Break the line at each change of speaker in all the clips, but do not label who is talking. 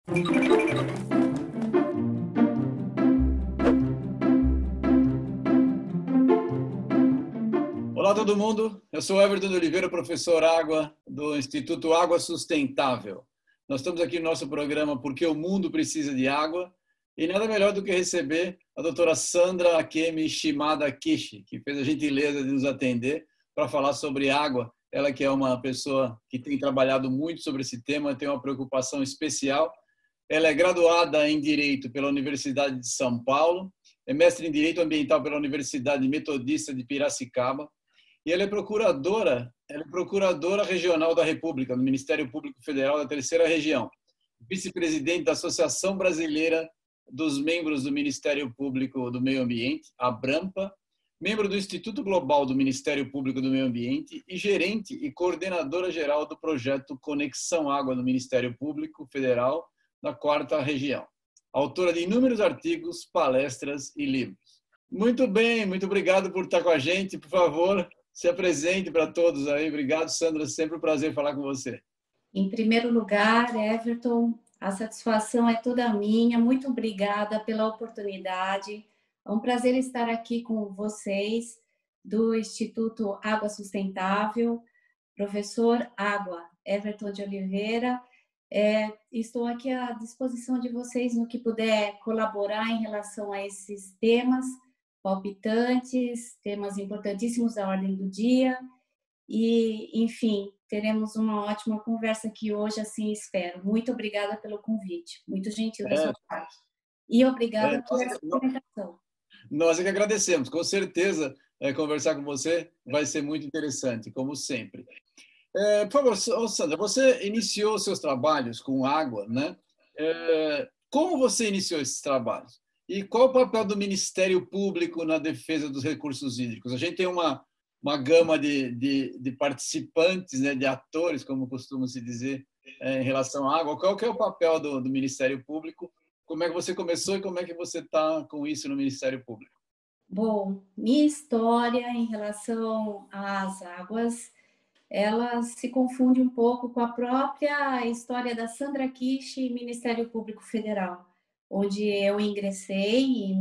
Olá, todo mundo. Eu sou Everton de Oliveira, professor Água do Instituto Água Sustentável. Nós estamos aqui no nosso programa Porque o Mundo Precisa de Água e nada melhor do que receber a doutora Sandra Akemi Shimada Kishi, que fez a gentileza de nos atender para falar sobre água. Ela que é uma pessoa que tem trabalhado muito sobre esse tema, tem uma preocupação especial. Ela é graduada em Direito pela Universidade de São Paulo, é mestre em Direito Ambiental pela Universidade Metodista de Piracicaba, e ela é procuradora regional da República, no Ministério Público Federal da Terceira Região, vice-presidente da Associação Brasileira dos Membros do Ministério Público do Meio Ambiente, a Brampa, membro do Instituto Global do Ministério Público do Meio Ambiente e gerente e coordenadora geral do projeto Conexão Água do Ministério Público Federal da Quarta Região. Autora de inúmeros artigos, palestras e livros. Muito bem, muito obrigado por estar com a gente. Por favor, se apresente para todos aí. Obrigado, Sandra. Sempre um prazer falar com você.
Em primeiro lugar, Everton, a satisfação é toda minha. Muito obrigada pela oportunidade. É um prazer estar aqui com vocês do Instituto Água Sustentável, professor Água, Everton de Oliveira. Estou aqui à disposição de vocês no que puder colaborar em relação a esses temas palpitantes, temas importantíssimos da ordem do dia e, enfim, teremos uma ótima conversa aqui hoje, assim espero. Muito obrigada pelo convite, muito gentil da sua parte. E obrigada por essa apresentação.
Nós é que agradecemos, com certeza conversar com você vai ser muito interessante, como sempre. Por favor, Sandra, você iniciou seus trabalhos com água, né? Como você iniciou esses trabalhos? E qual o papel do Ministério Público na defesa dos recursos hídricos? A gente tem uma gama de participantes, né, de atores, como costuma se dizer, em relação à água. Qual que é o papel do Ministério Público? Como é que você começou e como é que você está com isso no Ministério Público?
Bom, minha história em relação às águas, ela se confunde um pouco com a própria história da Sandra Kishi, Ministério Público Federal, onde eu ingressei em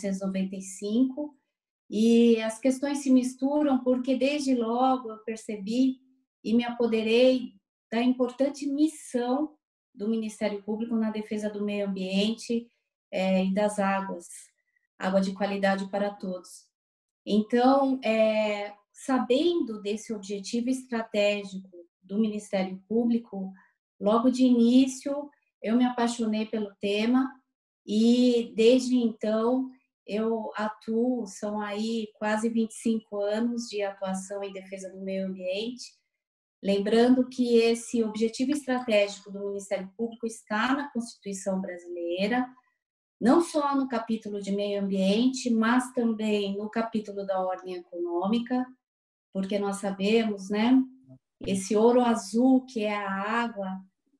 1995 e as questões se misturam porque desde logo eu percebi e me apoderei da importante missão do Ministério Público na defesa do meio ambiente e das águas, água de qualidade para todos. Então, sabendo desse objetivo estratégico do Ministério Público, logo de início eu me apaixonei pelo tema e desde então eu atuo, são aí quase 25 anos de atuação em defesa do meio ambiente. Lembrando que esse objetivo estratégico do Ministério Público está na Constituição brasileira, não só no capítulo de meio ambiente, mas também no capítulo da ordem econômica, porque nós sabemos, né, esse ouro azul que é a água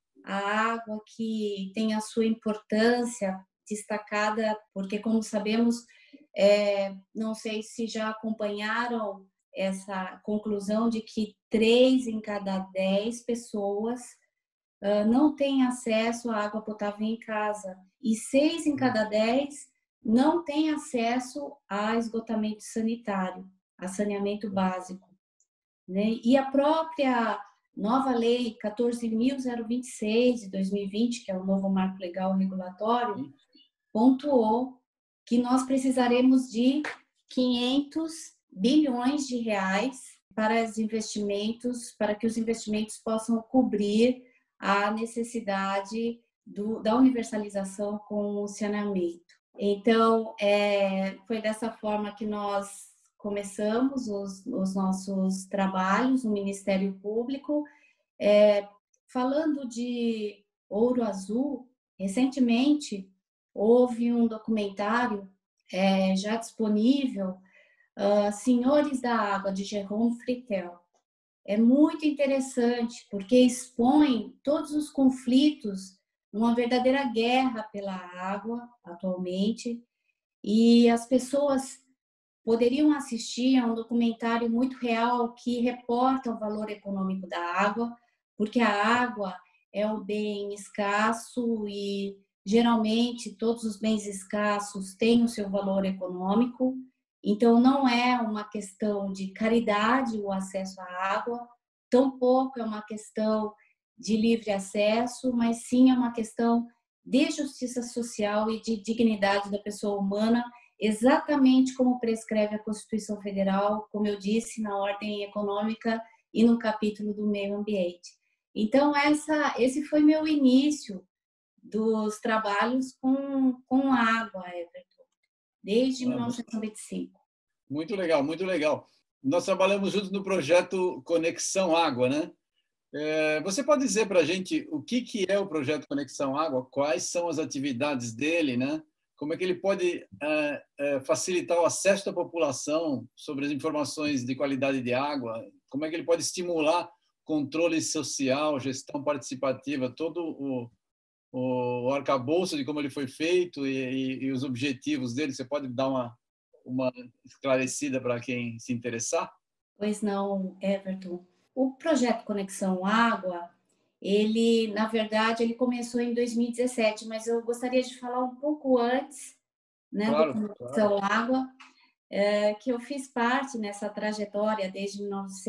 que tem a sua importância destacada, porque, como sabemos, não sei se já acompanharam essa conclusão de que 3 em cada 10 pessoas não têm acesso à água potável em casa e 6 em cada 10 não têm acesso a esgotamento sanitário, a saneamento básico, né? E a própria nova lei 14.026 de 2020, que é o novo marco legal regulatório, pontuou que nós precisaremos de 500 bilhões de reais para que os investimentos possam cobrir a necessidade da universalização com o saneamento. Então, foi dessa forma que nós começamos os nossos trabalhos no Ministério Público. Falando de ouro azul, recentemente houve um documentário já disponível, Senhores da Água, de Jérôme Frickel. É muito interessante, porque expõe todos os conflitos numa verdadeira guerra pela água atualmente, e as pessoas poderiam assistir a um documentário muito real que reporta o valor econômico da água, porque a água é um bem escasso e geralmente todos os bens escassos têm o seu valor econômico. Então não é uma questão de caridade o acesso à água, tampouco é uma questão de livre acesso, mas sim é uma questão de justiça social e de dignidade da pessoa humana, exatamente como prescreve a Constituição Federal, como eu disse, na ordem econômica e no capítulo do meio ambiente. Então, esse foi meu início dos trabalhos com água, Everton, desde 1995.
Muito legal, muito legal. Nós trabalhamos juntos no projeto Conexão Água, né? Você pode dizer para a gente o que é o projeto Conexão Água? Quais são as atividades dele, né? Como é que ele pode facilitar o acesso da população sobre as informações de qualidade de água? Como é que ele pode estimular controle social, gestão participativa, todo o arcabouço de como ele foi feito e os objetivos dele? Você pode dar uma esclarecida para quem se interessar?
Pois não, Everton. O projeto Conexão Água, ele, na verdade, ele começou em 2017, mas eu gostaria de falar um pouco antes, né, do
Claro,
Conexão Água, que eu fiz parte nessa trajetória desde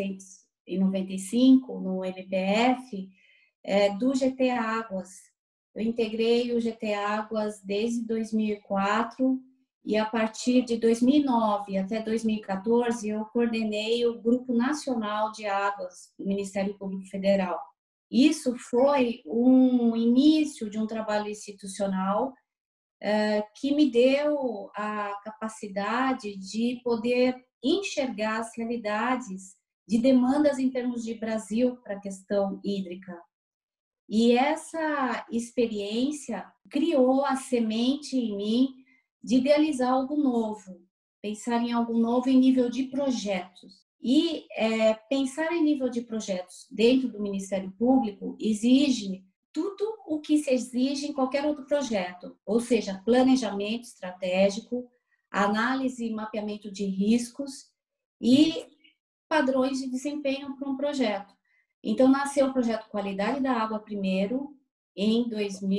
1995 no MPF, do GT Águas. Eu integrei o GT Águas desde 2004 e a partir de 2009 até 2014 eu coordenei o Grupo Nacional de Águas do Ministério Público Federal. Isso foi um início de um trabalho institucional que me deu a capacidade de poder enxergar as realidades de demandas em termos de Brasil para a questão hídrica. E essa experiência criou a semente em mim de idealizar algo novo, pensar em algo novo em nível de projetos. E pensar em nível de projetos dentro do Ministério Público exige tudo o que se exige em qualquer outro projeto, ou seja, planejamento estratégico, análise e mapeamento de riscos e padrões de desempenho para um projeto. Então, nasceu o projeto Qualidade da Água primeiro, em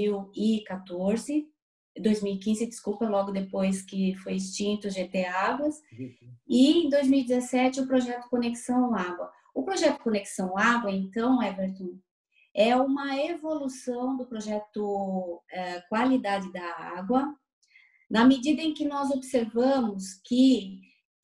2014, 2015, desculpa, logo depois que foi extinto o GT Águas, e em 2017 o projeto Conexão Água. O projeto Conexão Água, então, Everton, é uma evolução do projeto Qualidade da Água, na medida em que nós observamos que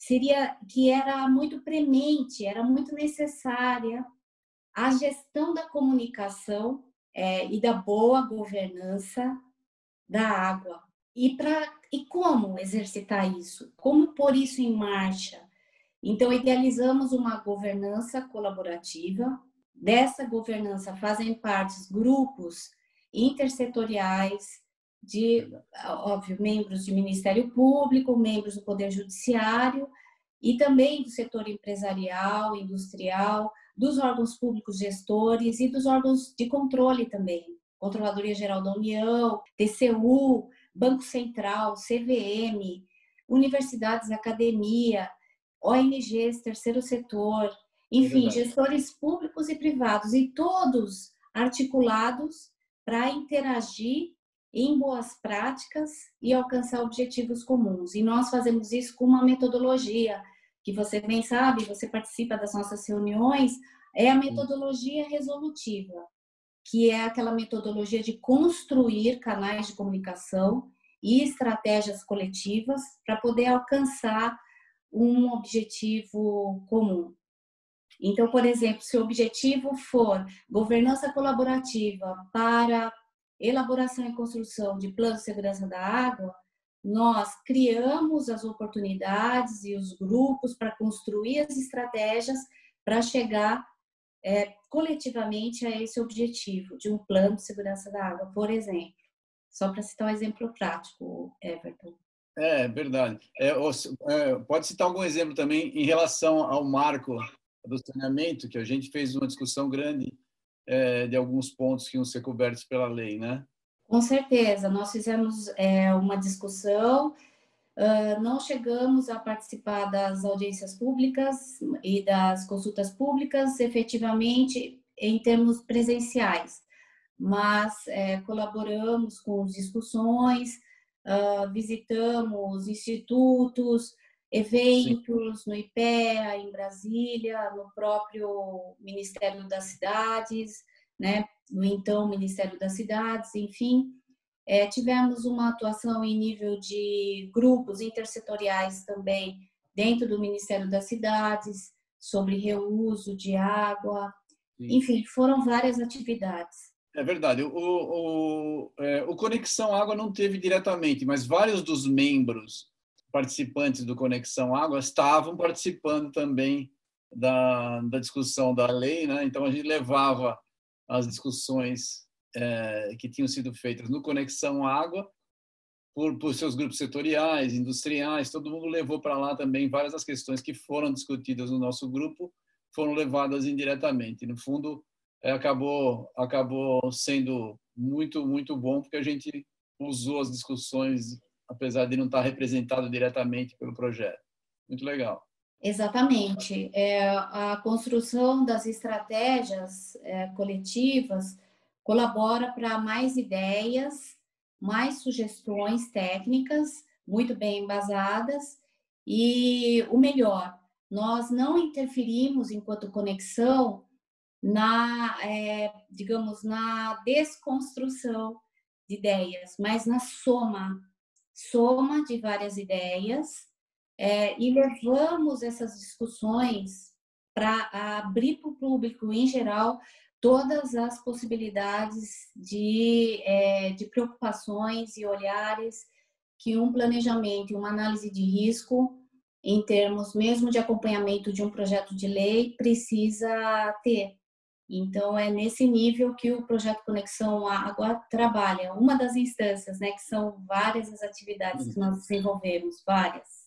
era muito premente, era muito necessária a gestão da comunicação e da boa governança da água. E como exercitar isso? Como pôr isso em marcha? Então, idealizamos uma governança colaborativa. Dessa governança fazem parte grupos intersetoriais óbvio, membros do Ministério Público, membros do Poder Judiciário e também do setor empresarial, industrial, dos órgãos públicos gestores e dos órgãos de controle também. Controladoria Geral da União, TCU, Banco Central, CVM, universidades, academia, ONGs, terceiro setor, enfim, gestores públicos e privados, e todos articulados para interagir em boas práticas e alcançar objetivos comuns. E nós fazemos isso com uma metodologia que você bem sabe, você participa das nossas reuniões, é a metodologia resolutiva, que é aquela metodologia de construir canais de comunicação e estratégias coletivas para poder alcançar um objetivo comum. Então, por exemplo, se o objetivo for governança colaborativa para elaboração e construção de plano de segurança da água, nós criamos as oportunidades e os grupos para construir as estratégias para chegar coletivamente a esse objetivo de um plano de segurança da água, por exemplo. Só para citar um exemplo prático, Everton.
É verdade. Pode citar algum exemplo também em relação ao marco do saneamento, que a gente fez uma discussão grande de alguns pontos que iam ser cobertos pela lei, né?
Com certeza, nós fizemos uma discussão, não chegamos a participar das audiências públicas e das consultas públicas, efetivamente, em termos presenciais, mas colaboramos com discussões, visitamos institutos, eventos no IPEA, em Brasília, no próprio Ministério das Cidades, né? No então Ministério das Cidades, enfim. Tivemos uma atuação em nível de grupos intersetoriais também dentro do Ministério das Cidades, sobre reuso de água, enfim, foram várias atividades.
É verdade. O Conexão Água não teve diretamente, mas vários dos membros participantes do Conexão Água estavam participando também da discussão da lei, né? Então a gente levava as discussões que tinham sido feitas no Conexão Água por seus grupos setoriais, industriais, todo mundo levou para lá também várias das questões que foram discutidas no nosso grupo, foram levadas indiretamente. No fundo, acabou sendo muito bom, porque a gente usou as discussões, apesar de não estar representado diretamente pelo projeto. Muito legal.
Exatamente. A construção das estratégias coletivas colabora para mais ideias, mais sugestões técnicas, muito bem embasadas, e o melhor, nós não interferimos, enquanto conexão, digamos, na desconstrução de ideias, mas na soma de várias ideias, e levamos essas discussões para abrir para o público em geral todas as possibilidades de preocupações e olhares que um planejamento e uma análise de risco, em termos mesmo de acompanhamento de um projeto de lei, precisa ter. Então, é nesse nível que o projeto Conexão Água trabalha. Uma das instâncias, né, que são várias as atividades que nós desenvolvemos, várias.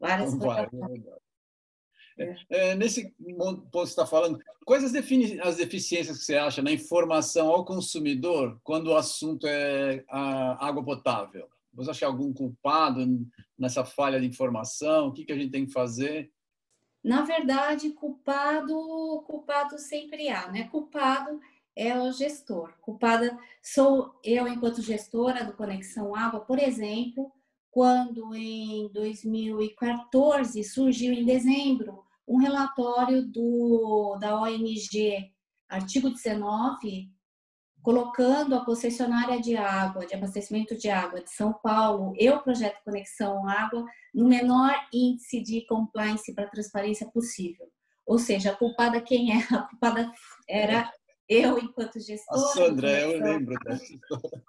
Nesse ponto que você está falando, quais as deficiências que você acha na informação ao consumidor quando o assunto é a água potável? Você acha algum culpado nessa falha de informação? O que a gente tem que fazer?
Na verdade, culpado sempre há, né? Culpado é o gestor. Culpada sou eu, enquanto gestora do Conexão Água, por exemplo, quando em 2014 surgiu em dezembro um relatório da ONG Artigo 19, colocando a concessionária de água, de abastecimento de água de São Paulo e o projeto Conexão Água no menor índice de compliance para transparência possível. Ou seja, a culpada quem é? A culpada era eu, enquanto gestora.
A Sandra, eu lembro dessa história.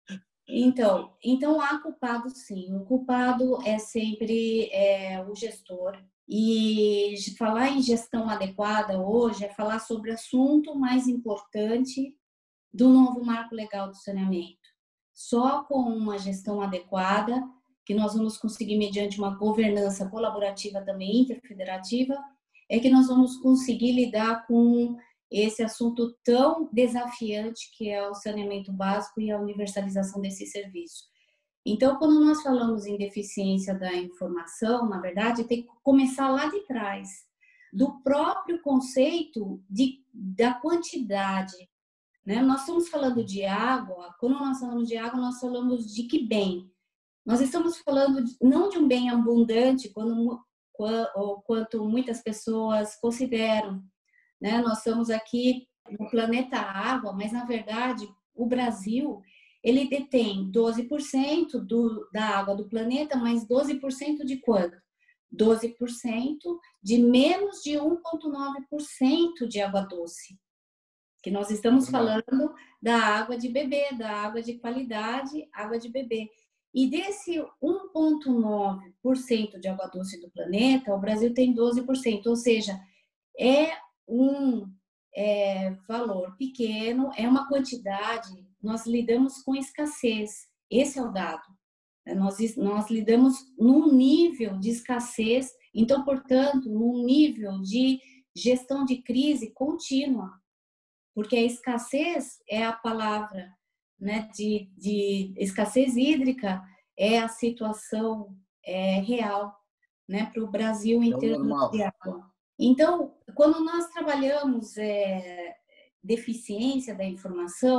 Então há culpado sim. O culpado é sempre o gestor. E falar em gestão adequada hoje é falar sobre o assunto mais importante do novo marco legal do saneamento. Só com uma gestão adequada, que nós vamos conseguir, mediante uma governança colaborativa também interfederativa, é que nós vamos conseguir lidar com esse assunto tão desafiante que é o saneamento básico e a universalização desse serviço. Então, quando nós falamos em deficiência da informação, na verdade, tem que começar lá de trás, do próprio conceito da quantidade. Né? Nós estamos falando de água, quando nós falamos de água, nós falamos de que bem? Nós estamos falando não de um bem abundante, quanto muitas pessoas consideram. Né? Nós estamos aqui no planeta Água, mas, na verdade, o Brasil ele detém 12% da água do planeta, mas 12% de quanto? 12% de menos de 1,9% de água doce. Que nós estamos falando da água de beber, da água de qualidade, água de beber. E desse 1,9% de água doce do planeta, o Brasil tem 12%, ou seja, é um valor pequeno, é uma quantidade, nós lidamos com escassez, esse é o dado. Nós lidamos num nível de escassez, então, portanto, num nível de gestão de crise contínua. Porque a escassez é a palavra, né, de escassez hídrica, é a situação real, né, para o Brasil em termos de água. Então, quando nós trabalhamos deficiência da informação,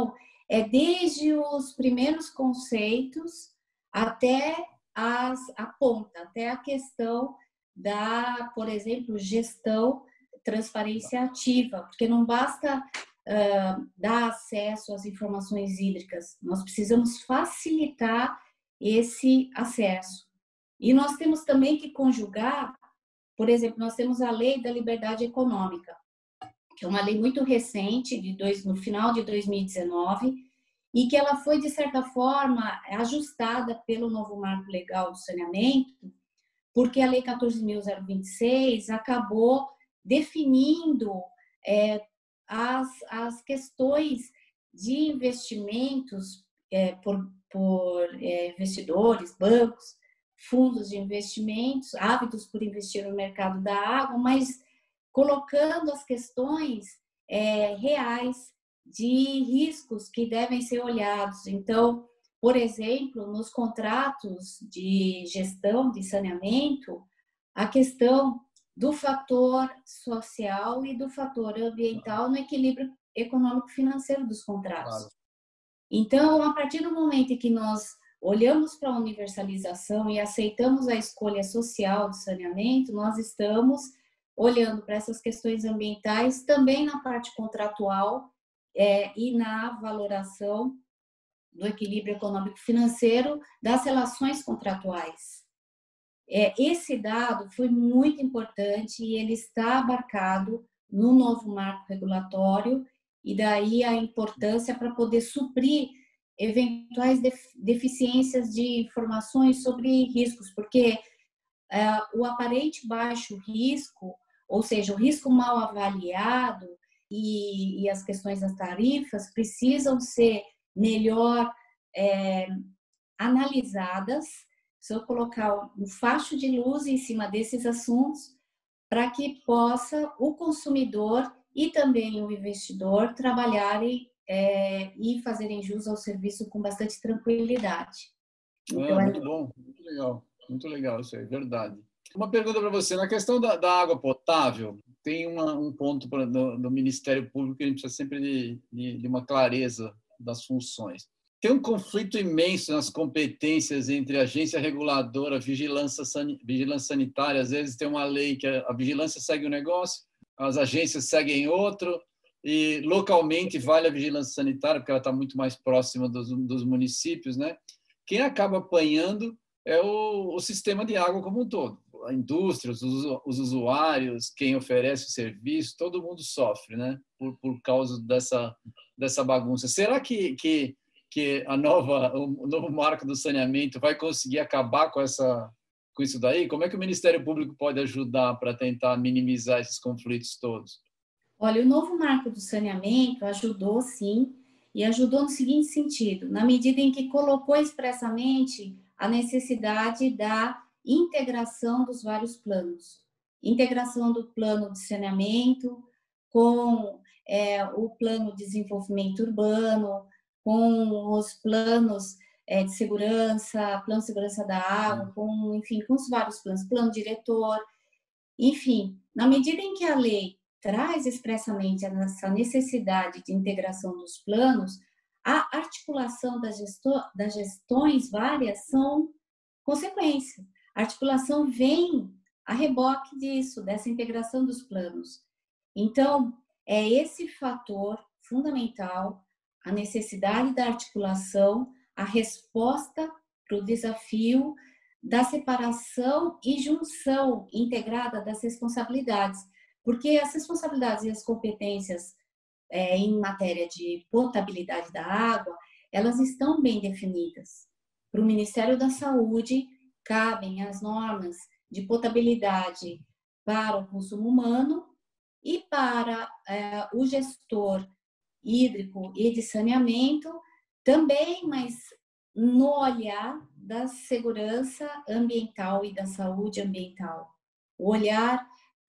é desde os primeiros conceitos até a ponta, até a questão da, por exemplo, gestão, transparência ativa, porque não basta dar acesso às informações hídricas, nós precisamos facilitar esse acesso. E nós temos também que conjugar, por exemplo, nós temos a Lei da Liberdade Econômica, que é uma lei muito recente, no final de 2019, e que ela foi, de certa forma, ajustada pelo novo marco legal do saneamento, porque a Lei 14.026 acabou definindo as questões de investimentos por investidores, bancos, fundos de investimentos, ávidos por investir no mercado da água, mas colocando as questões reais de riscos que devem ser olhados. Então, por exemplo, nos contratos de gestão de saneamento, a questão do fator social e do fator ambiental no equilíbrio econômico-financeiro dos contratos. Claro. Então, a partir do momento em que nós olhamos para a universalização e aceitamos a escolha social do saneamento, nós estamos olhando para essas questões ambientais também na parte contratual e na valoração do equilíbrio econômico-financeiro das relações contratuais. Esse dado foi muito importante e ele está abarcado no novo marco regulatório, e daí a importância para poder suprir eventuais deficiências de informações sobre riscos, porque o aparente baixo risco, ou seja, o risco mal avaliado e as questões das tarifas precisam ser melhor analisadas, se eu colocar um facho de luz em cima desses assuntos, para que possa o consumidor e também o investidor trabalharem e fazerem jus ao serviço com bastante tranquilidade.
Então, muito bom, muito legal, isso aí, verdade. Uma pergunta para você, na questão da água potável, tem um ponto do Ministério Público que a gente precisa sempre de uma clareza das funções. Tem um conflito imenso nas competências entre a agência reguladora, vigilância sanitária. Às vezes tem uma lei que a vigilância segue um negócio, as agências seguem outro, e localmente vale a vigilância sanitária, porque ela está muito mais próxima dos municípios, né? Quem acaba apanhando é o sistema de água como um todo. A indústria, os usuários, quem oferece o serviço, todo mundo sofre, né? Por causa dessa bagunça. Será que o novo marco do saneamento vai conseguir acabar com isso daí? Como é que o Ministério Público pode ajudar para tentar minimizar esses conflitos todos?
Olha, o novo marco do saneamento ajudou, sim, e ajudou no seguinte sentido, na medida em que colocou expressamente a necessidade da integração dos vários planos. Integração do plano de saneamento com o plano de desenvolvimento urbano, com os planos de segurança, plano de segurança da água, com os vários planos, plano diretor, enfim, na medida em que a lei traz expressamente essa necessidade de integração dos planos, a articulação das gestões várias são consequência. A articulação vem a reboque disso, dessa integração dos planos. Então, é esse fator fundamental, a necessidade da articulação, a resposta para o desafio da separação e junção integrada das responsabilidades, porque as responsabilidades e as competências em matéria de potabilidade da água, elas estão bem definidas. Para o Ministério da Saúde, cabem as normas de potabilidade para o consumo humano e para o gestor hídrico e de saneamento também, mas no olhar da segurança ambiental e da saúde ambiental. O olhar,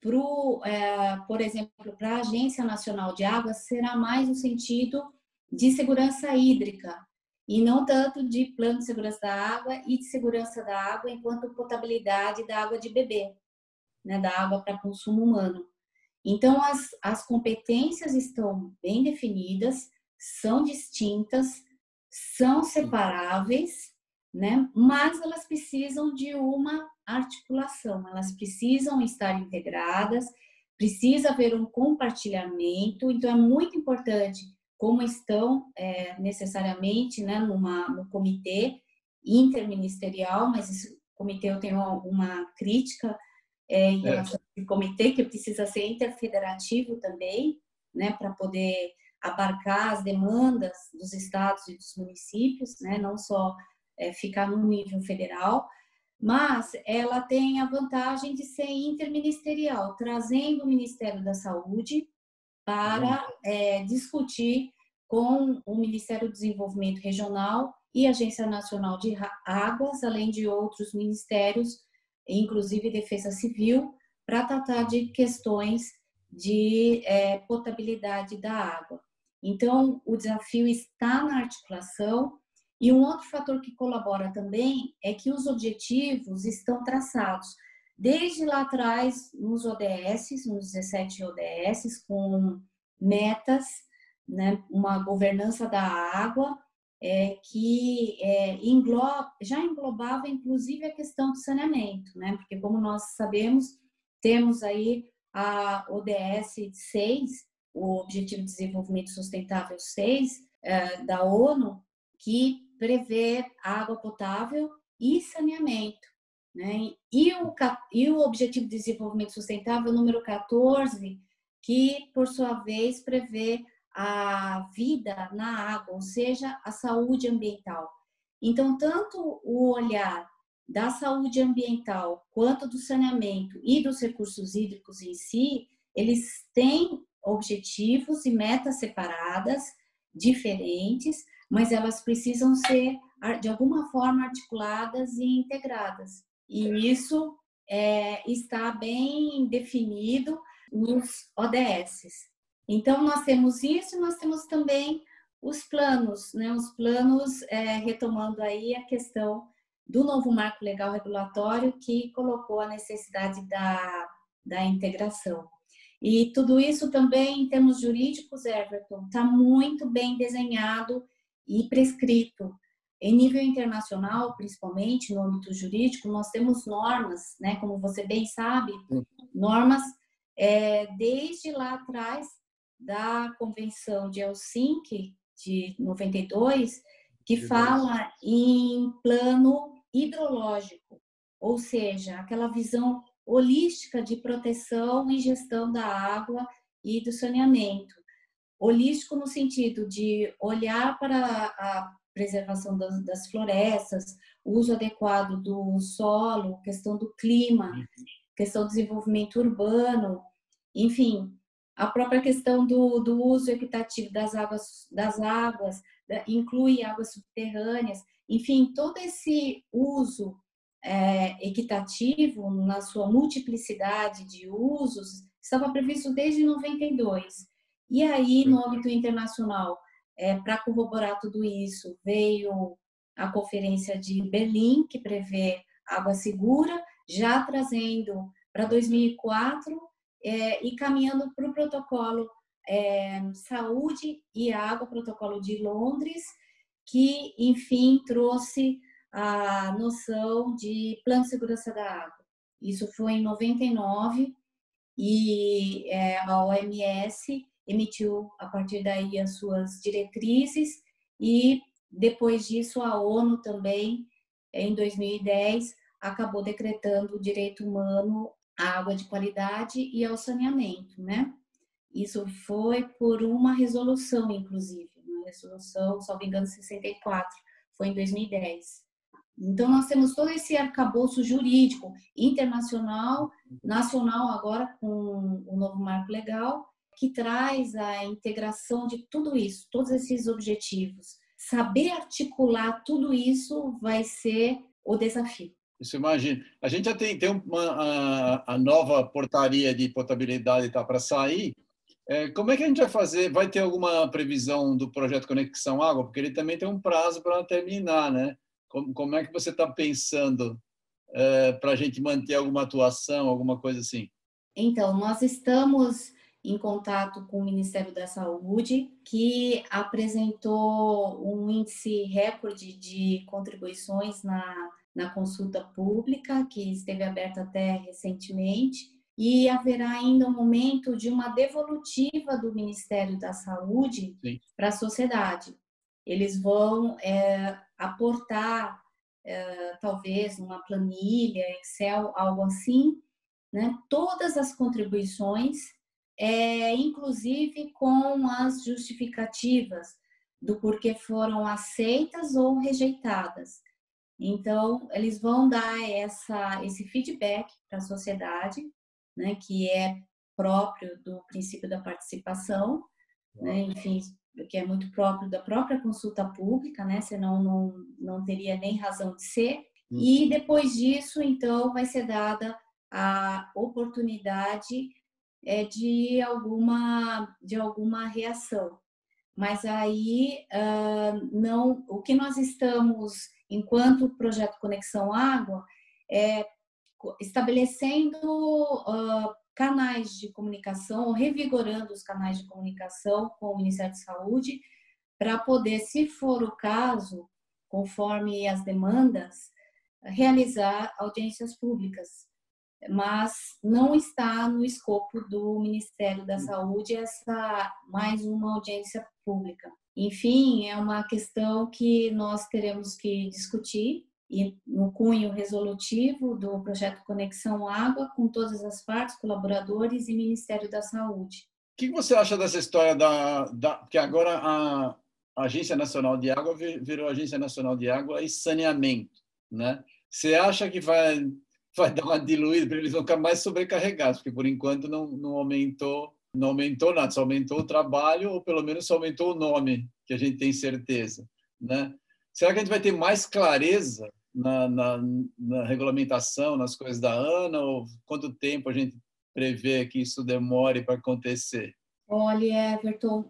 por exemplo, para a Agência Nacional de Águas será mais no sentido de segurança hídrica e não tanto de plano de segurança da água e de segurança da água enquanto potabilidade da água de beber, né, da água para consumo humano. Então, as competências estão bem definidas, são distintas, são separáveis, né? Mas elas precisam de uma articulação, elas precisam estar integradas, precisa haver um compartilhamento, então é muito importante como estão necessariamente, né, no comitê interministerial, mas esse comitê eu tenho uma crítica em relação ao comitê, que precisa ser interfederativo também, né, para poder abarcar as demandas dos estados e dos municípios, né, não só ficar no nível federal, mas ela tem a vantagem de ser interministerial, trazendo o Ministério da Saúde para discutir com o Ministério do Desenvolvimento Regional e a Agência Nacional de Águas, além de outros ministérios, inclusive Defesa Civil, para tratar de questões de potabilidade da água. Então, o desafio está na articulação. E um outro fator que colabora também é que os objetivos estão traçados desde lá atrás nos ODS, nos 17 ODS, com metas, né, uma governança da água que já englobava inclusive a questão do saneamento, né? Porque como nós sabemos, temos aí a ODS 6, o Objetivo de Desenvolvimento Sustentável 6 da ONU, que prevê água potável e saneamento, né? E o Objetivo de Desenvolvimento Sustentável número 14, que, por sua vez, prevê a vida na água, ou seja, a saúde ambiental. Então, tanto o olhar da saúde ambiental quanto do saneamento e dos recursos hídricos em si, eles têm objetivos e metas separadas, diferentes, mas elas precisam ser, de alguma forma, articuladas e integradas. E isso está bem definido nos ODS. Então, nós temos isso e nós temos também os planos, né? Os planos, retomando aí a questão do novo marco legal regulatório que colocou a necessidade da integração. E tudo isso também, em termos jurídicos, Everton, está muito bem desenhado e prescrito. Em nível internacional, principalmente no âmbito jurídico, nós temos normas, né? Como você bem sabe, normas desde lá atrás da Convenção de Helsinki, de 92, que fala em plano hidrológico, ou seja, aquela visão holística de proteção e gestão da água e do saneamento. Holístico no sentido de olhar para a preservação das florestas, o uso adequado do solo, questão do clima, questão do desenvolvimento urbano, enfim, a própria questão do uso equitativo das águas, inclui águas subterrâneas, enfim, todo esse uso equitativo, na sua multiplicidade de usos, estava previsto desde 92. E aí, no âmbito internacional, para corroborar tudo isso, veio a Conferência de Berlim, que prevê água segura, já trazendo para 2004 e caminhando para o protocolo Saúde e Água, protocolo de Londres, que, enfim, trouxe a noção de plano de segurança da água. Isso foi em 99 e a OMS emitiu, a partir daí, as suas diretrizes e, depois disso, a ONU também, em 2010, acabou decretando o direito humano à água de qualidade e ao saneamento, né? Isso foi por uma resolução, inclusive, uma resolução, salvo engano, 64, foi em 2010. Então, nós temos todo esse arcabouço jurídico internacional, nacional agora, com o novo marco legal, que traz a integração de tudo isso, todos esses objetivos. Saber articular tudo isso vai ser o desafio.
Isso, imagina. A gente já tem a nova portaria de potabilidade está para sair. Como é que a gente vai fazer? Vai ter alguma previsão do projeto Conexão Água? Porque ele também tem um prazo para terminar, né? Como é que você está pensando para a gente manter alguma atuação, alguma coisa assim?
Então, nós estamos em contato com o Ministério da Saúde, que apresentou um índice recorde de contribuições na consulta pública, que esteve aberta até recentemente, e haverá ainda um momento de uma devolutiva do Ministério da Saúde para a sociedade. Eles vão aportar, talvez, numa planilha, Excel, algo assim, né, todas as contribuições, inclusive com as justificativas do porquê foram aceitas ou rejeitadas. Então, eles vão dar esse feedback para a sociedade, né, que é próprio do princípio da participação, né, enfim, que é muito próprio da própria consulta pública, né, senão não teria nem razão de ser. E depois disso, então, vai ser dada a oportunidade de alguma reação. Mas aí, não, o que nós estamos, enquanto projeto Conexão Água, estabelecendo canais de comunicação, ou revigorando os canais de comunicação com o Ministério da Saúde, para poder, se for o caso, conforme as demandas, realizar audiências públicas. Mas não está no escopo do Ministério da Saúde mais uma audiência pública. Enfim, é uma questão que nós teremos que discutir e no cunho resolutivo do projeto Conexão Água, com todas as partes, colaboradores e Ministério da Saúde.
O que você acha dessa história que agora a Agência Nacional de Água virou Agência Nacional de Água e Saneamento, né? Você acha que vai dar uma diluída, para eles vão ficar mais sobrecarregados, porque por enquanto não aumentou nada, só aumentou o trabalho, ou pelo menos só aumentou o nome, que a gente tem certeza, né? Será que a gente vai ter mais clareza na regulamentação, nas coisas da ANA, ou quanto tempo a gente prevê que isso demore para acontecer?
Olha, Everton,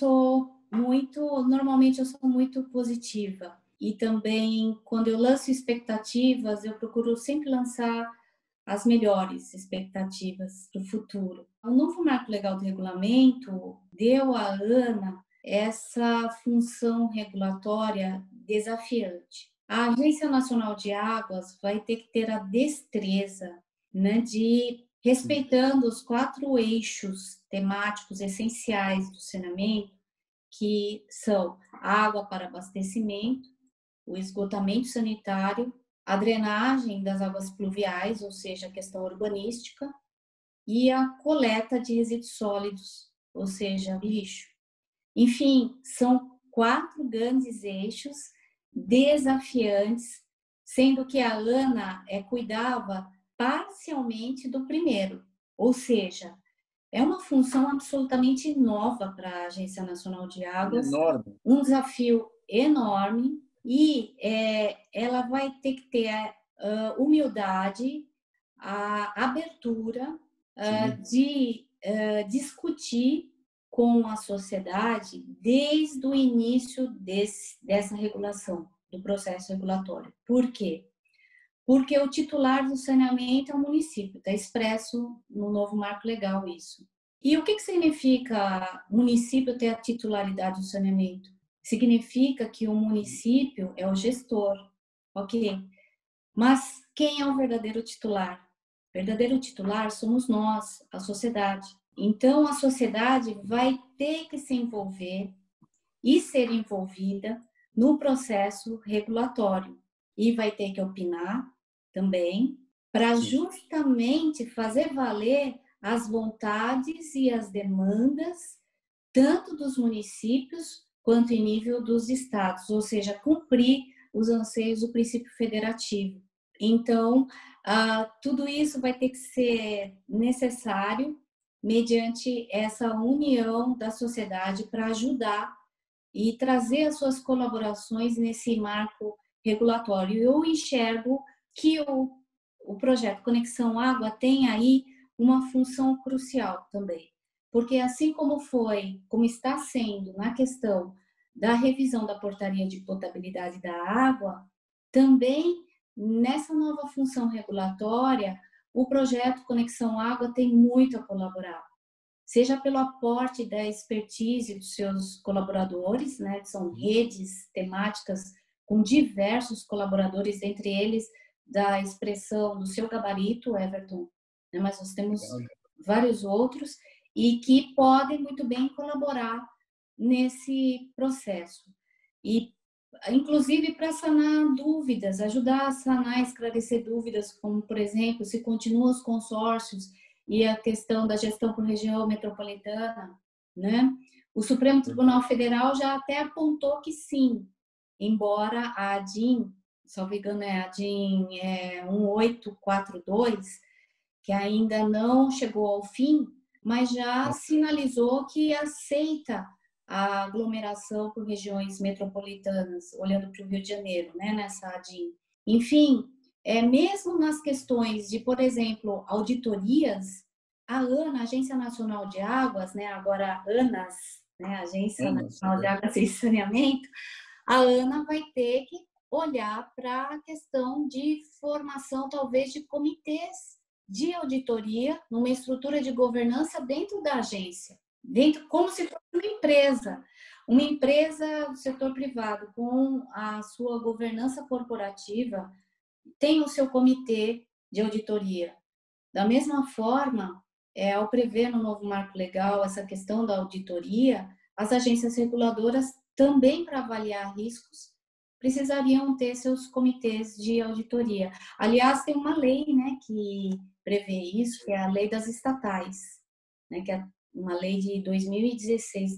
normalmente eu sou muito positiva. E também, quando eu lanço expectativas, eu procuro sempre lançar as melhores expectativas para o futuro. O novo Marco Legal do Regulamento deu à ANA essa função regulatória desafiante. A Agência Nacional de Águas vai ter que ter a destreza, né, de, respeitando os 4 eixos temáticos essenciais do saneamento, que são a água para abastecimento, o esgotamento sanitário, a drenagem das águas pluviais, ou seja, a questão urbanística, e a coleta de resíduos sólidos, ou seja, lixo. Enfim, são 4 grandes eixos desafiantes, sendo que a ANA cuidava parcialmente do primeiro, ou seja, é uma função absolutamente nova para a Agência Nacional de Águas,
enorme.
Um desafio enorme, e ela vai ter que ter a humildade, a abertura de discutir com a sociedade desde o início dessa regulação, do processo regulatório. Por quê? Porque o titular do saneamento é o município, está expresso no novo marco legal isso. E o que significa município ter a titularidade do saneamento? Significa que o município é o gestor, ok? Mas quem é o verdadeiro titular? O verdadeiro titular somos nós, a sociedade. Então, a sociedade vai ter que se envolver e ser envolvida no processo regulatório e vai ter que opinar também para justamente fazer valer as vontades e as demandas tanto dos municípios quanto em nível dos estados, ou seja, cumprir os anseios do princípio federativo. Então, tudo isso vai ter que ser necessário mediante essa união da sociedade para ajudar e trazer as suas colaborações nesse marco regulatório. Eu enxergo que o projeto Conexão Água tem aí uma função crucial também, porque assim como está sendo na questão da revisão da portaria de potabilidade da água, também nessa nova função regulatória, o projeto Conexão Água tem muito a colaborar. seja pelo aporte da expertise dos seus colaboradores, né, que são redes temáticas com diversos colaboradores, entre eles da expressão do seu gabarito, Everton, né, mas nós temos vários outros, e que podem muito bem colaborar nesse processo. E, inclusive, para sanar dúvidas, ajudar a sanar, esclarecer dúvidas, como, por exemplo, se continuam os consórcios e a questão da gestão por região metropolitana, né? O Supremo Tribunal Federal já até apontou que sim, embora a ADIM, salvo engano é a ADIM 1842, que ainda não chegou ao fim, mas já sinalizou que aceita a aglomeração por regiões metropolitanas, olhando para o Rio de Janeiro, né, nessa ADIM. Enfim, mesmo nas questões de, por exemplo, auditorias, a ANA, Agência Nacional de Águas, né, agora ANAS, né, Agência Nacional de Águas e Saneamento, a ANA vai ter que olhar para a questão de formação, talvez, de comitês de auditoria, numa estrutura de governança dentro da agência, dentro como se fosse uma empresa do setor privado com a sua governança corporativa tem o seu comitê de auditoria. Da mesma forma, ao prever no novo marco legal essa questão da auditoria, as agências reguladoras também, para avaliar riscos, precisariam ter seus comitês de auditoria. Aliás, tem uma lei, né, que prevê isso, que é a lei das estatais, né, que é uma lei de 2016,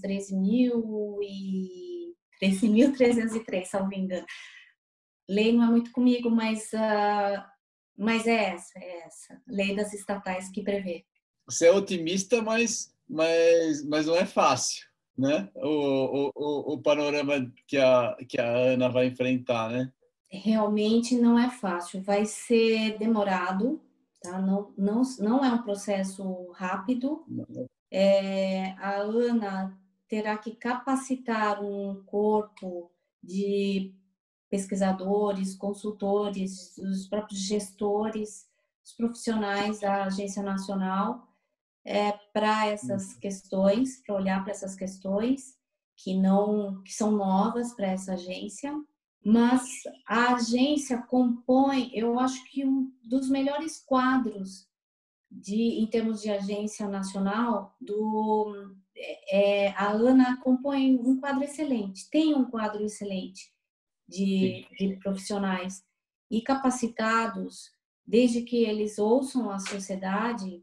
13.303, salvo engano. Lei não é muito comigo, mas é essa, lei das estatais que prevê.
Você é otimista, mas não é fácil, né? O panorama que a Ana vai enfrentar, né?
Realmente não é fácil, vai ser demorado, tá? Não é um processo rápido. A Ana terá que capacitar um corpo de pesquisadores, consultores, os próprios gestores, os profissionais da Agência Nacional para essas questões, para olhar para essas questões que são novas para essa agência. Mas a agência compõe, eu acho que um dos melhores quadros em termos de agência nacional, a ANA compõe um quadro excelente, tem um quadro excelente de profissionais e capacitados, desde que eles ouçam a sociedade,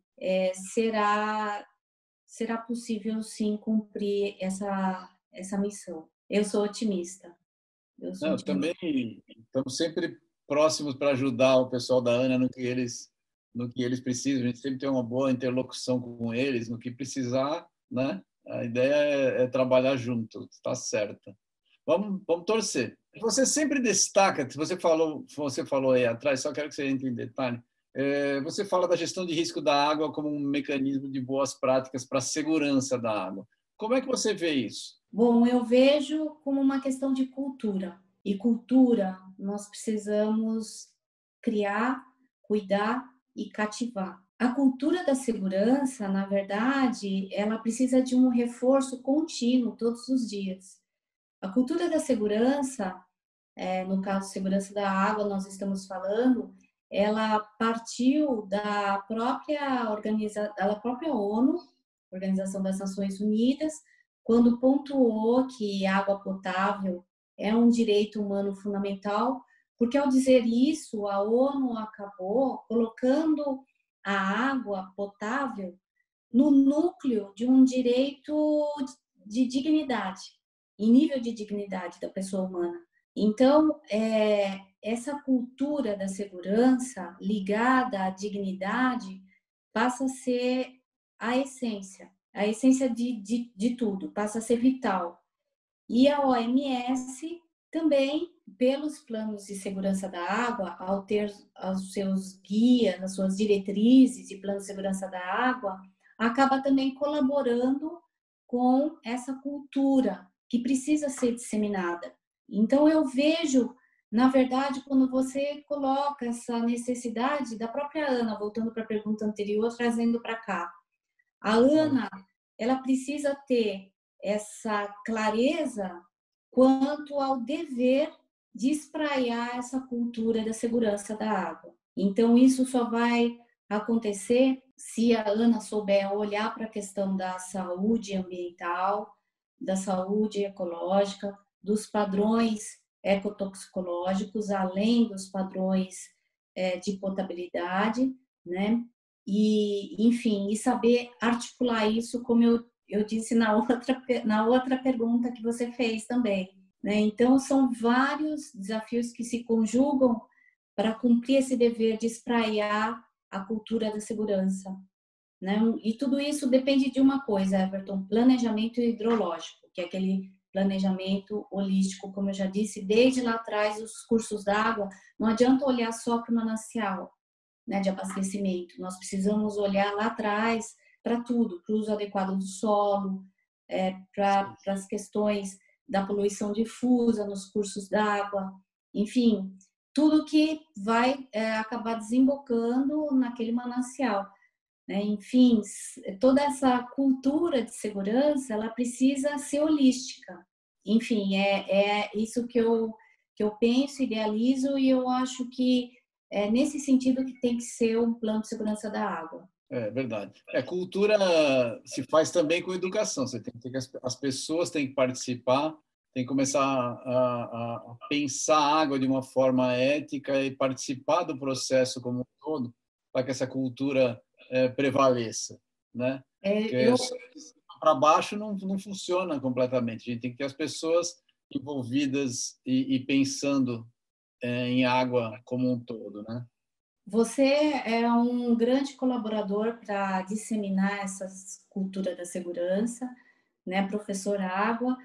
será possível sim cumprir essa missão. Eu sou otimista.
Também estamos sempre próximos para ajudar o pessoal da ANA no que eles precisam. A gente sempre tem uma boa interlocução com eles no que precisar, né? A ideia é trabalhar junto, está certa. Vamos torcer. Você sempre destaca, você falou aí atrás, só quero que você entre em detalhe. Você fala da gestão de risco da água como um mecanismo de boas práticas para a segurança da água. Como é que você vê isso?
Bom, eu vejo como uma questão de cultura. E cultura nós precisamos criar, cuidar e cativar. A cultura da segurança, na verdade, ela precisa de um reforço contínuo todos os dias. A cultura da segurança, no caso segurança da água, nós estamos falando, ela partiu da própria ONU, Organização das Nações Unidas, quando pontuou que água potável é um direito humano fundamental, porque ao dizer isso, a ONU acabou colocando a água potável no núcleo de um direito de dignidade, em nível de dignidade da pessoa humana. Então, essa cultura da segurança ligada à dignidade passa a ser a essência de tudo, passa a ser vital. E a OMS também, pelos planos de segurança da água, ao ter os seus guias, as suas diretrizes de plano de segurança da água, acaba também colaborando com essa cultura que precisa ser disseminada. Então, eu vejo, na verdade, quando você coloca essa necessidade da própria Ana, voltando para a pergunta anterior, trazendo para cá, a Ana ela precisa ter essa clareza quanto ao dever de espraiar essa cultura da segurança da água. Então, isso só vai acontecer se a Ana souber olhar para a questão da saúde ambiental, da saúde ecológica, dos padrões ecotoxicológicos, além dos padrões de potabilidade, né? E, enfim, e saber articular isso, como eu disse na outra pergunta que você fez também, né? Então, são vários desafios que se conjugam para cumprir esse dever de espraiar a cultura da segurança, né? E tudo isso depende de uma coisa, Everton: planejamento hidrológico, que é aquele planejamento holístico, como eu já disse, desde lá atrás, os cursos d'água. Não adianta olhar só para o manancial, né, de abastecimento. Nós precisamos olhar lá atrás para tudo, para o uso adequado do solo, para as questões da poluição difusa nos cursos d'água, enfim, tudo que vai acabar desembocando naquele manancial, né? Enfim, toda essa cultura de segurança, ela precisa ser holística. Enfim, é isso que eu penso, idealizo, e eu acho que é nesse sentido que tem que ser um plano de segurança da água.
É verdade. Cultura se faz também com educação. Você tem que ter que as pessoas têm que participar, tem que começar a pensar a água de uma forma ética e participar do processo como um todo, para que essa cultura prevaleça, né? Porque para baixo não funciona completamente. A gente tem que ter as pessoas envolvidas e pensando em água como um todo, né?
Você é um grande colaborador para disseminar essa cultura da segurança, né, professor Água,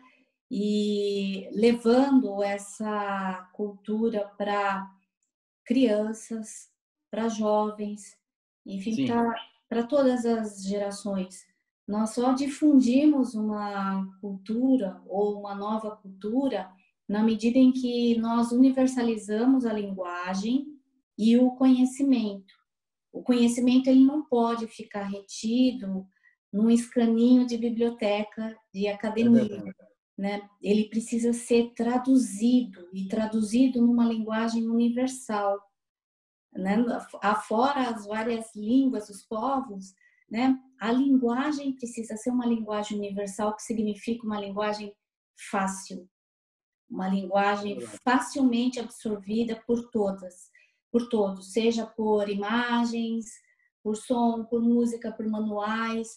e levando essa cultura para crianças, para jovens, enfim, para todas as gerações. Nós só difundimos uma cultura ou uma nova cultura na medida em que nós universalizamos a linguagem e o conhecimento. O conhecimento ele não pode ficar retido num escaninho de biblioteca, de academia, né? Ele precisa ser traduzido, e traduzido numa linguagem universal, né? Afora as várias línguas dos povos, né? A linguagem precisa ser uma linguagem universal, que significa uma linguagem fácil, uma linguagem facilmente absorvida por todos, seja por imagens, por som, por música, por manuais,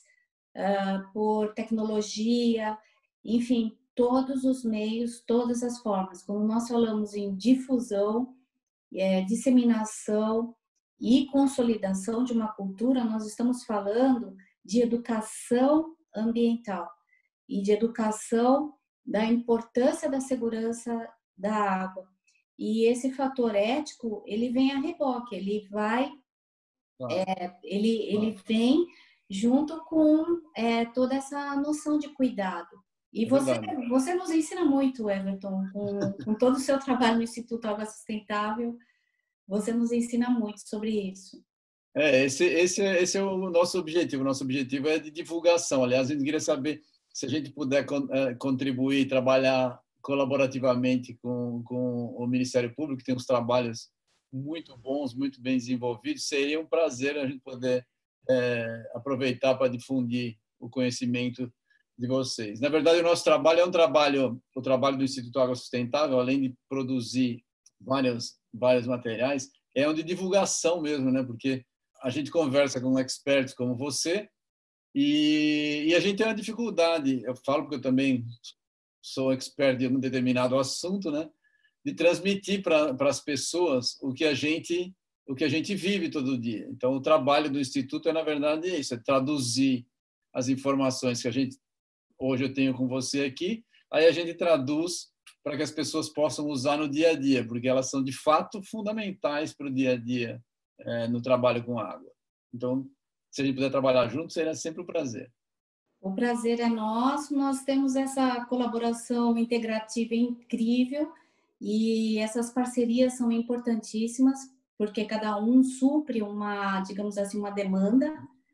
por tecnologia, enfim, todos os meios, todas as formas. Quando nós falamos em difusão, disseminação e consolidação de uma cultura, nós estamos falando de educação ambiental e de educação da importância da segurança da água. E esse fator ético, ele vem a reboque, ele vai, ele vem junto com toda essa noção de cuidado. E você nos ensina muito, Everton, com todo o seu trabalho no Instituto Água Sustentável, você nos ensina muito sobre isso.
Esse é o nosso objetivo. O nosso objetivo é de divulgação. Aliás, a gente queria saber se a gente puder contribuir, trabalhar colaborativamente com o Ministério Público, que tem uns trabalhos muito bons, muito bem desenvolvidos. Seria um prazer a gente poder aproveitar para difundir o conhecimento de vocês. Na verdade, o nosso trabalho é o trabalho do Instituto Água Sustentável, além de produzir vários materiais, é um de divulgação mesmo, né? Porque a gente conversa com experts como você e a gente tem uma dificuldade, eu falo porque eu também sou expert em um determinado assunto, né? De transmitir para as pessoas o que a gente vive todo dia. Então, o trabalho do Instituto na verdade, isso, é traduzir as informações que hoje eu tenho com você aqui, aí a gente traduz para que as pessoas possam usar no dia a dia, porque elas são, de fato, fundamentais para o dia a dia no trabalho com água. Então, se a gente puder trabalhar junto, será sempre um prazer.
O prazer é nosso, nós temos essa colaboração integrativa incrível e essas parcerias são importantíssimas, porque cada um supre digamos assim, uma demanda,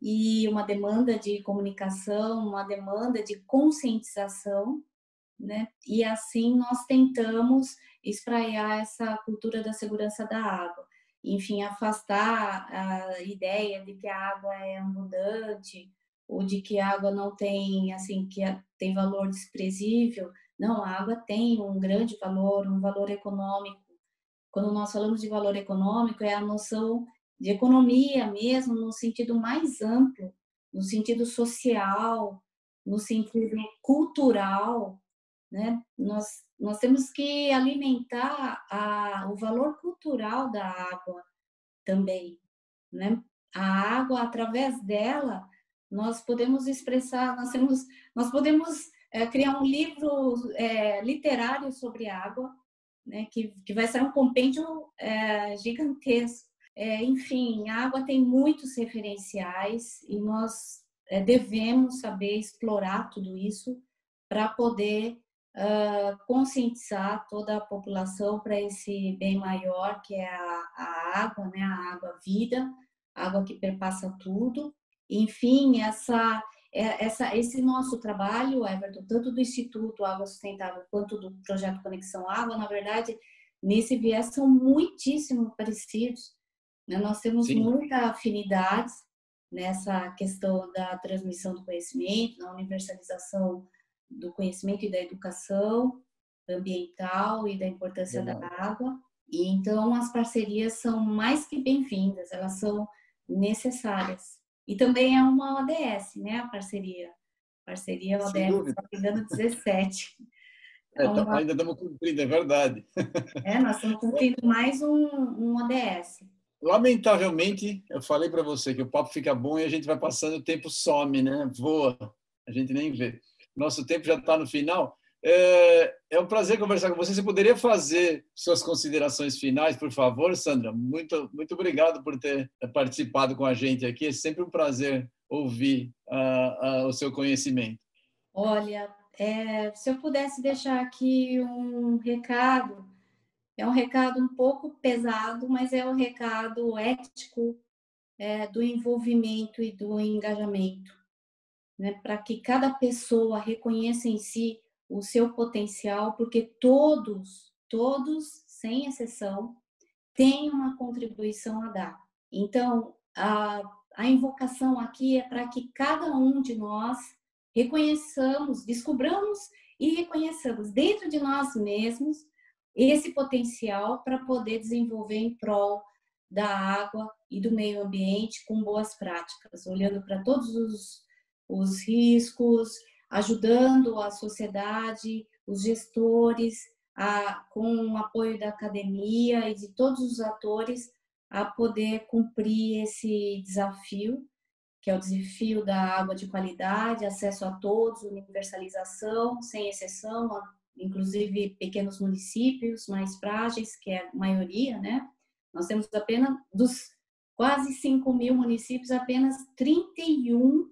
e uma demanda de comunicação, uma demanda de conscientização, né? E assim nós tentamos espraiar essa cultura da segurança da água. Enfim, afastar a ideia de que a água é abundante ou de que a água não tem, assim, que tem valor desprezível. Não, a água tem um grande valor, um valor econômico. Quando nós falamos de valor econômico, é a noção de economia mesmo, no sentido mais amplo, no sentido social, no sentido cultural, né? Nós temos que alimentar o valor cultural da água também, né? A água, através dela, nós podemos expressar, nós podemos criar um livro literário sobre água, né? Que vai ser um compêndio gigantesco. Enfim, a água tem muitos referenciais e nós devemos saber explorar tudo isso para poder conscientizar toda a população para esse bem maior que é a água, né? A água vida, a água que perpassa tudo. Enfim, esse nosso trabalho, Everton, tanto do Instituto Água Sustentável quanto do Projeto Conexão Água, na verdade, nesse viés são muitíssimo parecidos, né? Nós temos
Sim.
muita afinidade nessa questão da transmissão do conhecimento, da universalização do conhecimento e da educação ambiental e da importância da água. E então as parcerias são mais que bem-vindas, elas são necessárias. E também é uma ODS, né, a parceria. Parceria ODS, está pegando 17.
Ainda estamos cumprindo, é verdade.
Nós estamos cumprindo mais um ODS.
Lamentavelmente, eu falei para você que o papo fica bom e a gente vai passando, o tempo some, né? Voa, a gente nem vê. Nosso tempo já está no final. É um prazer conversar com você. Você poderia fazer suas considerações finais, por favor, Sandra? Muito, muito obrigado por ter participado com a gente aqui. É sempre um prazer ouvir o seu conhecimento.
Olha, se eu pudesse deixar aqui um recado, é um recado um pouco pesado, mas é um recado ético do envolvimento e do engajamento, né? Para que cada pessoa reconheça em si o seu potencial, porque todos, sem exceção, têm uma contribuição a dar. Então, a invocação aqui é para que cada um de nós reconheçamos, descobramos e reconheçamos dentro de nós mesmos esse potencial para poder desenvolver em prol da água e do meio ambiente com boas práticas, olhando para todos os riscos, ajudando a sociedade, os gestores, com o apoio da academia e de todos os atores, a poder cumprir esse desafio, que é o desafio da água de qualidade, acesso a todos, universalização, sem exceção, inclusive pequenos municípios mais frágeis, que é a maioria, né? Nós temos apenas, dos quase 5.000 municípios, apenas 31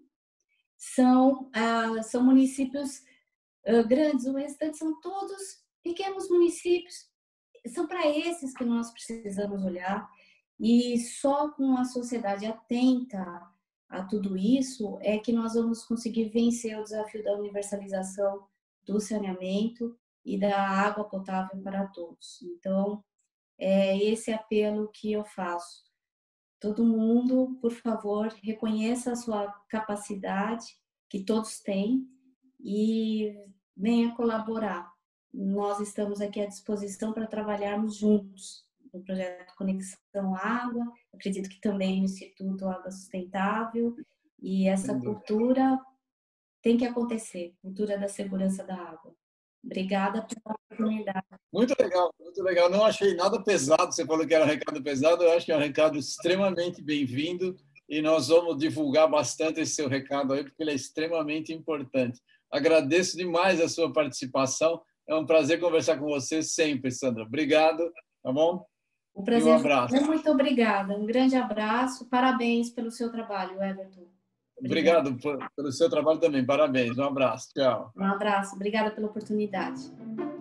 são municípios grandes, o restante são todos pequenos municípios. São para esses que nós precisamos olhar, e só com a sociedade atenta a tudo isso é que nós vamos conseguir vencer o desafio da universalização do saneamento e da água potável para todos. Então, é esse apelo que eu faço. Todo mundo, por favor, reconheça a sua capacidade, que todos têm, e venha colaborar. Nós estamos aqui à disposição para trabalharmos juntos no projeto Conexão Água, acredito que também no Instituto Água Sustentável, e essa cultura tem que acontecer, cultura da segurança da água. Obrigada pela oportunidade.
Muito legal, muito legal. Não achei nada pesado, você falou que era um recado pesado, eu acho que é um recado extremamente bem-vindo e nós vamos divulgar bastante esse seu recado aí, porque ele é extremamente importante. Agradeço demais a sua participação, é um prazer conversar com você sempre, Sandra. Obrigado, tá bom?
O prazer, e um abraço. Muito obrigada, um grande abraço, parabéns pelo seu trabalho, Everton.
Obrigado pelo seu trabalho também, parabéns, um abraço, tchau.
Um abraço, obrigada pela oportunidade.